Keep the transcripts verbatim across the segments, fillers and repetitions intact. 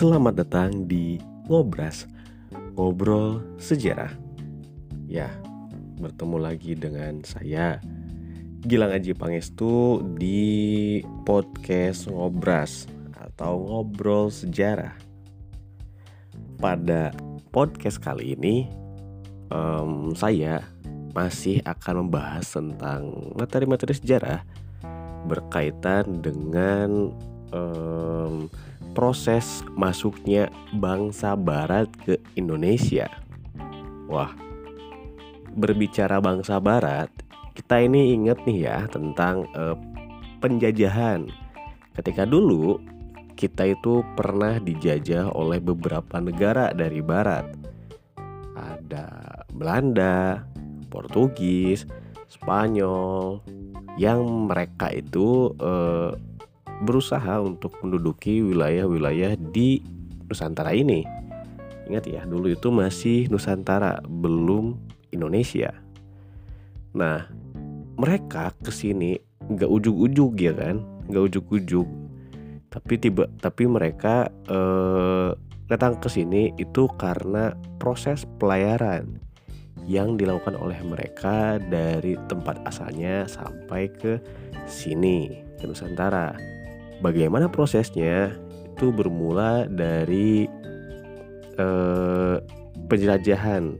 Selamat datang di Ngobras, Ngobrol Sejarah. Ya, bertemu lagi dengan saya Gilang Aji Pangestu di podcast Ngobras atau Ngobrol Sejarah. Pada podcast kali ini um, saya masih akan membahas tentang materi-materi sejarah berkaitan dengan um, proses masuknya bangsa barat ke Indonesia. Wah, berbicara bangsa barat, kita ini ingat nih ya tentang eh, penjajahan. Ketika dulu kita itu pernah dijajah oleh beberapa negara dari barat. Ada Belanda, Portugis, Spanyol, yang mereka itu eh, berusaha untuk menduduki wilayah-wilayah di Nusantara ini. Ingat ya, dulu itu masih Nusantara, belum Indonesia. Nah, mereka kesini nggak ujug-ujug ya kan, nggak ujug-ujug. Tapi tiba, tapi mereka eh, datang ke sini itu karena proses pelayaran yang dilakukan oleh mereka dari tempat asalnya sampai ke sini, ke Nusantara. Bagaimana prosesnya? Itu bermula dari eh, penjelajahan.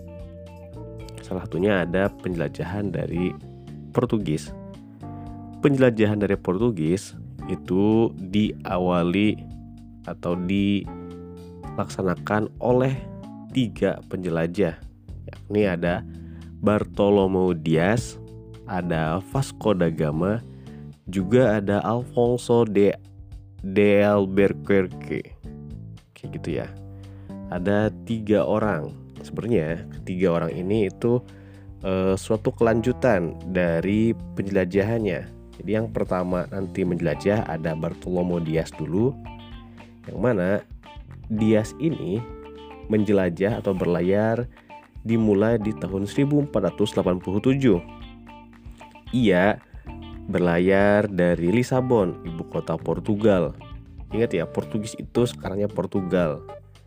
Salah satunya ada penjelajahan dari Portugis. Penjelajahan dari Portugis itu diawali atau dilaksanakan oleh tiga penjelajah. Yakni ada Bartolomeu Dias, ada Vasco da Gama, juga ada Alfonso de de Albuquerque. Kayak gitu ya. Ada tiga orang. Sebenarnya ketiga orang ini itu e, suatu kelanjutan dari penjelajahannya. Jadi yang pertama nanti menjelajah ada Bartolomeu Dias dulu, yang mana Dias ini menjelajah atau berlayar dimulai di tahun seribu empat ratus delapan puluh tujuh. Ia berlayar dari Lisabon, ibu kota Portugal. Ingat ya, Portugis itu sekarangnya Portugal.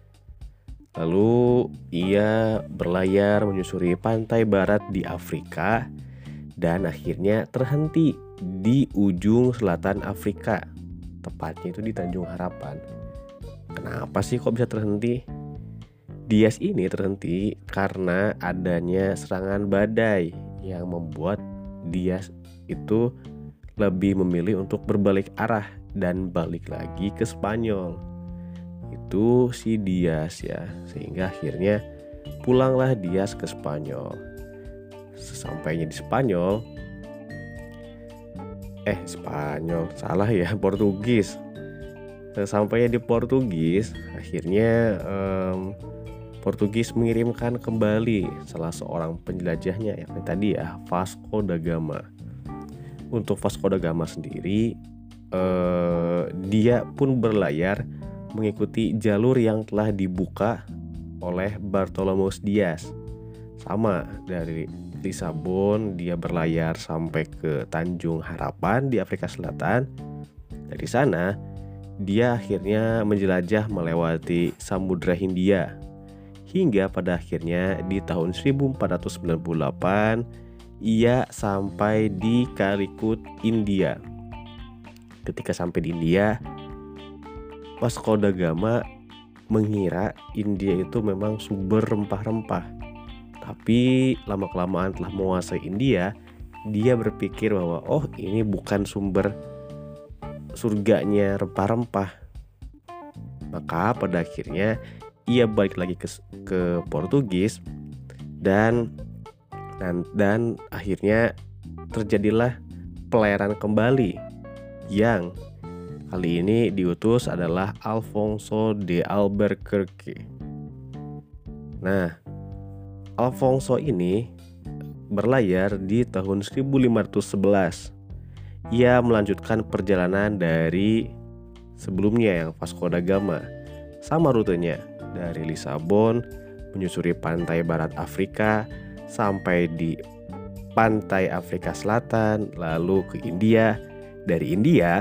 Lalu ia berlayar menyusuri pantai barat di Afrika dan akhirnya terhenti di ujung selatan Afrika, tepatnya itu di Tanjung Harapan. Kenapa sih kok bisa terhenti? Dias ini terhenti karena adanya serangan badai yang membuat Dias itu lebih memilih untuk berbalik arah dan balik lagi ke Spanyol. Itu si Dias ya, sehingga akhirnya pulanglah Dias ke Spanyol. Sesampainya di Spanyol, eh Spanyol salah ya, Portugis. Sesampainya di Portugis, akhirnya um, Portugis mengirimkan kembali salah seorang penjelajahnya, yakni tadi ya Vasco da Gama. Untuk Vasco da Gama sendiri, eh, dia pun berlayar mengikuti jalur yang telah dibuka oleh Bartolomeu Dias. Sama, dari Lisabon dia berlayar sampai ke Tanjung Harapan di Afrika Selatan. Dari sana dia akhirnya menjelajah melewati Samudra Hindia hingga pada akhirnya di tahun seribu empat ratus sembilan puluh delapan ia sampai di Calicut, India. Ketika sampai di India, Vasco da Gama mengira India itu memang sumber rempah-rempah. Tapi lama-kelamaan telah menguasai India, dia berpikir bahwa oh ini bukan sumber surganya rempah-rempah. Maka pada akhirnya ia balik lagi ke, ke Portugis dan dan, dan akhirnya terjadilah pelayaran kembali yang kali ini diutus adalah Alfonso de Albuquerque. Nah, Alfonso ini berlayar di tahun seribu lima ratus sebelas. Ia melanjutkan perjalanan dari sebelumnya yang Vasco da Gama. Sama rutenya, dari Lisabon menyusuri pantai barat Afrika sampai di pantai Afrika Selatan, lalu ke India. Dari India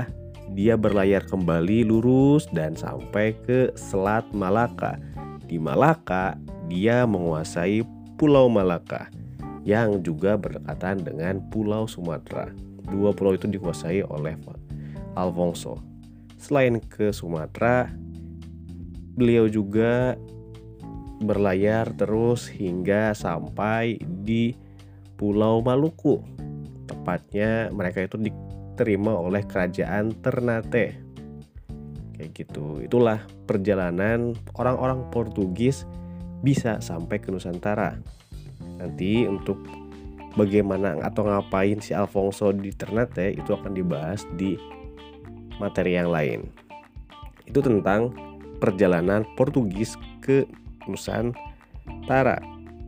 dia berlayar kembali lurus dan sampai ke Selat Malaka. Di Malaka, dia menguasai Pulau Malaka yang juga berdekatan dengan Pulau Sumatera. Dua pulau itu dikuasai oleh Alfonso. Selain ke Sumatera, beliau juga berlayar terus hingga sampai di Pulau Maluku. Tepatnya mereka itu diterima oleh kerajaan Ternate. Kayak gitu. Itulah perjalanan orang-orang Portugis bisa sampai ke Nusantara. Nanti untuk bagaimana atau ngapain si Alfonso di Ternate itu akan dibahas di materi yang lain. Itu tentang perjalanan Portugis ke Nusantara.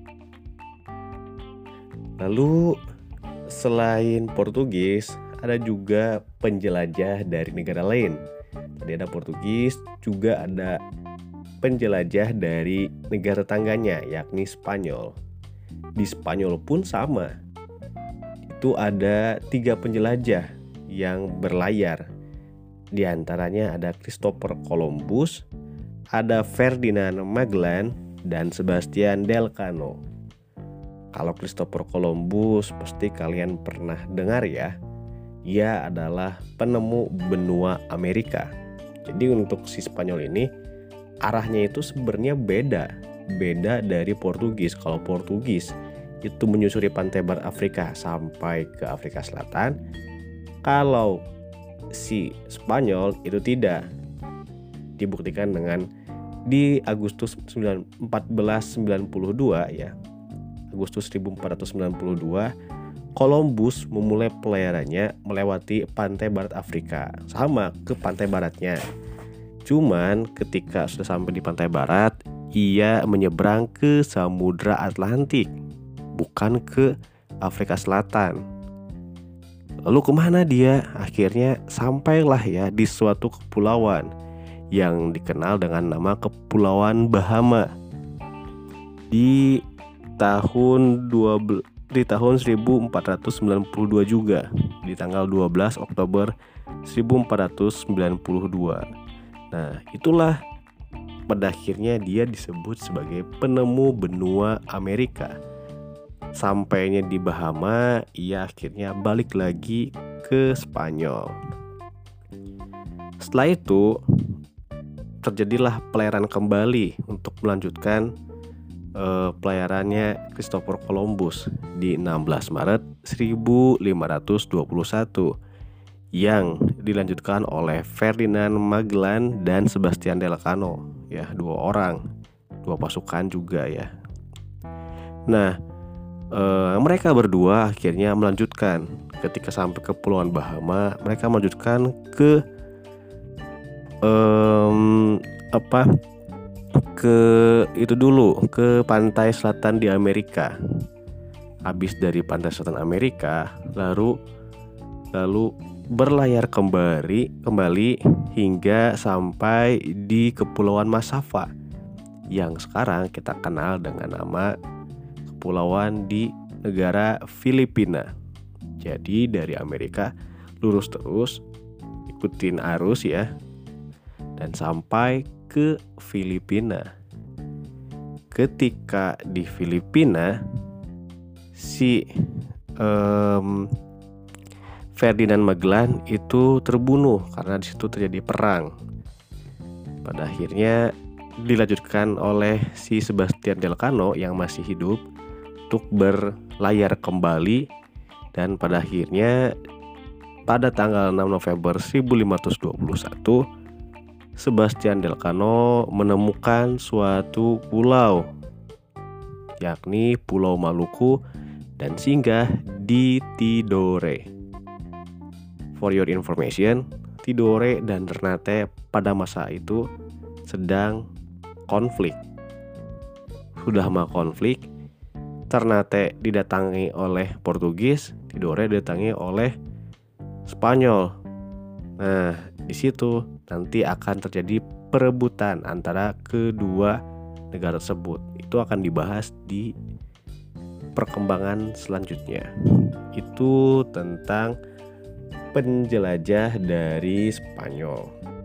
Lalu selain Portugis, ada juga penjelajah dari negara lain. Tadi ada Portugis, juga ada penjelajah dari negara tetangganya, yakni Spanyol. Di Spanyol pun sama. Itu ada tiga penjelajah yang berlayar. Di antaranya ada Christopher Columbus, ada Ferdinand Magellan, dan Sebastian Elcano. Kalau Christopher Columbus pasti kalian pernah dengar ya. Ia adalah penemu benua Amerika. Jadi untuk si Spanyol ini arahnya itu sebenarnya beda. Beda dari Portugis. Kalau Portugis itu menyusuri pantai barat Afrika sampai ke Afrika Selatan. Kalau si Spanyol itu tidak. Dibuktikan dengan di Agustus empat belas sembilan puluh dua ya. Agustus seribu empat ratus sembilan puluh dua, Columbus memulai pelayarannya melewati pantai barat Afrika, sama ke pantai baratnya. Cuman ketika sudah sampai di pantai barat, ia menyeberang ke Samudra Atlantik, bukan ke Afrika Selatan. Lalu kemana dia? Akhirnya sampailah ya di suatu kepulauan yang dikenal dengan nama Kepulauan Bahama. Di tahun dua belas di tahun seribu empat ratus sembilan puluh dua juga, di tanggal dua belas Oktober seribu empat ratus sembilan puluh dua. Nah, itulah pada akhirnya dia disebut sebagai penemu benua Amerika. Sampainya di Bahama, ia akhirnya balik lagi ke Spanyol. Setelah itu terjadilah pelayaran kembali untuk melanjutkan uh, pelayarannya Christopher Columbus di enam belas Maret seribu lima ratus dua puluh satu yang dilanjutkan oleh Ferdinand Magellan dan Sebastian Elcano, ya, dua orang, dua pasukan juga ya. Nah, uh, mereka berdua akhirnya melanjutkan ketika sampai ke Kepulauan Bahama, mereka melanjutkan ke Um, apa ke itu dulu ke pantai selatan di Amerika. Habis dari pantai selatan Amerika, lalu lalu berlayar kembali kembali hingga sampai di Kepulauan Massawa yang sekarang kita kenal dengan nama kepulauan di negara Filipina. Jadi dari Amerika lurus terus, ikutin arus ya, dan sampai ke Filipina. Ketika di Filipina, si um, Ferdinand Magellan itu terbunuh karena di situ terjadi perang. Pada akhirnya dilanjutkan oleh si Sebastian Elcano yang masih hidup untuk berlayar kembali, dan pada akhirnya pada tanggal enam November seribu lima ratus dua puluh satu Sebastian Elcano menemukan suatu pulau, yakni Pulau Maluku, dan singgah di Tidore. For your information, Tidore dan Ternate pada masa itu sedang konflik. Sudah mah konflik, Ternate didatangi oleh Portugis, Tidore didatangi oleh Spanyol. Nah, di situ nanti akan terjadi perebutan antara kedua negara tersebut. Itu akan dibahas di perkembangan selanjutnya. Itu tentang penjelajah dari Spanyol.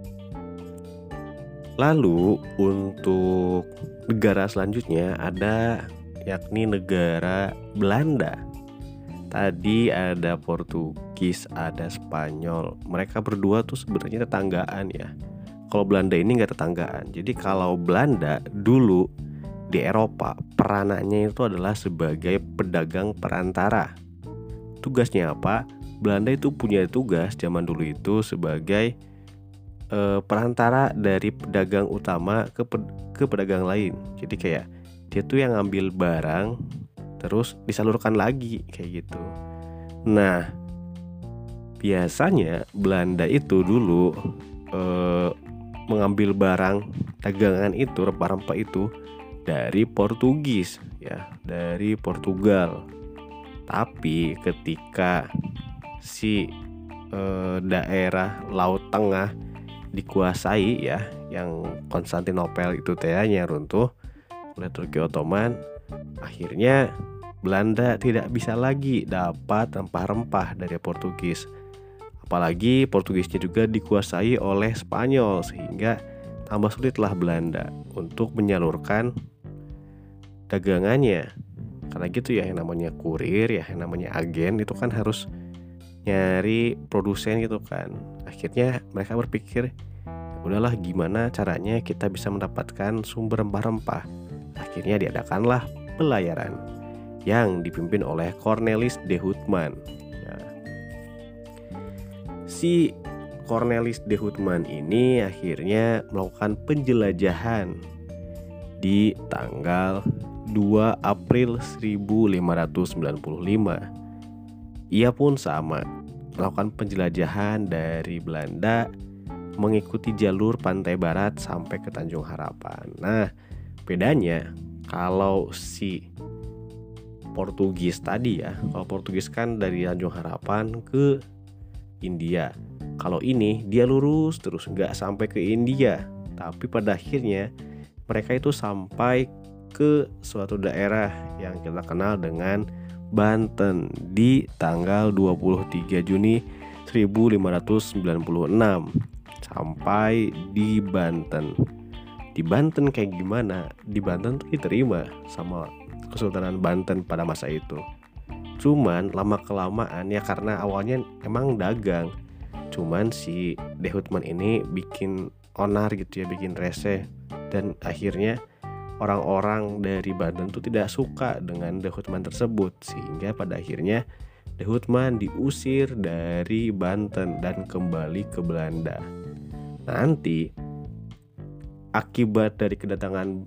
Lalu untuk negara selanjutnya ada yakni negara Belanda. Tadi ada Portugis, ada Spanyol. Mereka berdua tuh sebenarnya tetanggaan ya. Kalau Belanda ini nggak tetanggaan. Jadi kalau Belanda dulu di Eropa peranannya itu adalah sebagai pedagang perantara. Tugasnya apa? Belanda itu punya tugas zaman dulu itu sebagai eh, perantara dari pedagang utama ke ke pedagang lain. Jadi kayak dia tuh yang ngambil barang terus disalurkan lagi kayak gitu. Nah, biasanya Belanda itu dulu eh, mengambil barang dagangan itu, rempah-rempah itu dari Portugis ya, dari Portugal. Tapi ketika si eh, daerah Laut Tengah dikuasai ya, yang Konstantinopel itu teanya runtuh oleh Turki Ottoman, akhirnya Belanda tidak bisa lagi dapat rempah-rempah dari Portugis. Apalagi Portugisnya juga dikuasai oleh Spanyol, sehingga tambah sulitlah Belanda untuk menyalurkan dagangannya. Karena gitu ya, yang namanya kurir ya, yang namanya agen itu kan harus nyari produsen gitu kan. Akhirnya mereka berpikir, udahlah gimana caranya kita bisa mendapatkan sumber rempah-rempah. Akhirnya diadakanlah pelayaran yang dipimpin oleh Cornelis de Houtman. Ya. Si Cornelis de Houtman ini akhirnya melakukan penjelajahan di tanggal dua April seribu lima ratus sembilan puluh lima. Ia pun sama melakukan penjelajahan dari Belanda mengikuti jalur pantai barat sampai ke Tanjung Harapan. Nah, bedanya kalau si Portugis tadi ya, kalau Portugis kan dari Tanjung Harapan ke India. Kalau ini dia lurus terus nggak sampai ke India, tapi pada akhirnya mereka itu sampai ke suatu daerah yang kita kenal dengan Banten di tanggal dua puluh tiga Juni seribu lima ratus sembilan puluh enam. Sampai di Banten. Di Banten kayak gimana? Di Banten tuh diterima sama Kesultanan Banten pada masa itu. Cuman lama kelamaan ya, karena awalnya emang dagang, cuman si de Houtman ini bikin onar gitu ya, bikin rese, dan akhirnya orang-orang dari Banten tuh tidak suka dengan de Houtman tersebut, sehingga pada akhirnya de Houtman diusir dari Banten dan kembali ke Belanda. Nanti akibat dari kedatangan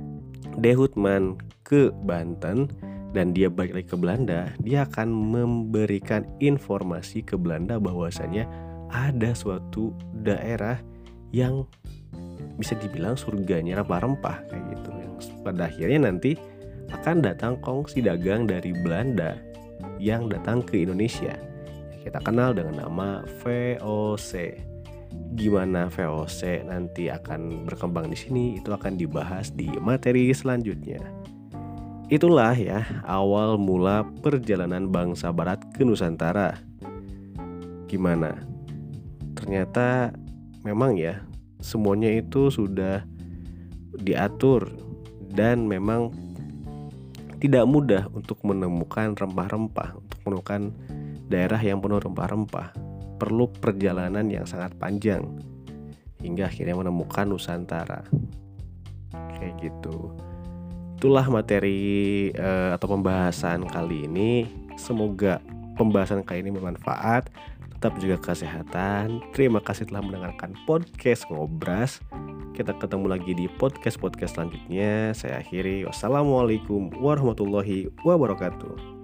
de Houtman ke Banten dan dia balik lagi ke Belanda, dia akan memberikan informasi ke Belanda bahwasanya ada suatu daerah yang bisa dibilang surganya rempah-rempah kayak gitu, yang pada akhirnya nanti akan datang kongsi dagang dari Belanda yang datang ke Indonesia. Kita kenal dengan nama V O C. Gimana V O C nanti akan berkembang di sini, itu akan dibahas di materi selanjutnya. Itulah ya awal mula perjalanan bangsa Barat ke Nusantara. Gimana? Ternyata memang ya semuanya itu sudah diatur dan memang tidak mudah untuk menemukan rempah-rempah, untuk menemukan daerah yang penuh rempah-rempah. Perlu perjalanan yang sangat panjang hingga akhirnya menemukan Nusantara. Kayak gitu. Itulah materi uh, atau pembahasan kali ini. Semoga pembahasan kali ini bermanfaat. Tetap jaga kesehatan. Terima kasih telah mendengarkan podcast Ngobras. Kita ketemu lagi di podcast-podcast selanjutnya. Saya akhiri. Wassalamualaikum warahmatullahi wabarakatuh.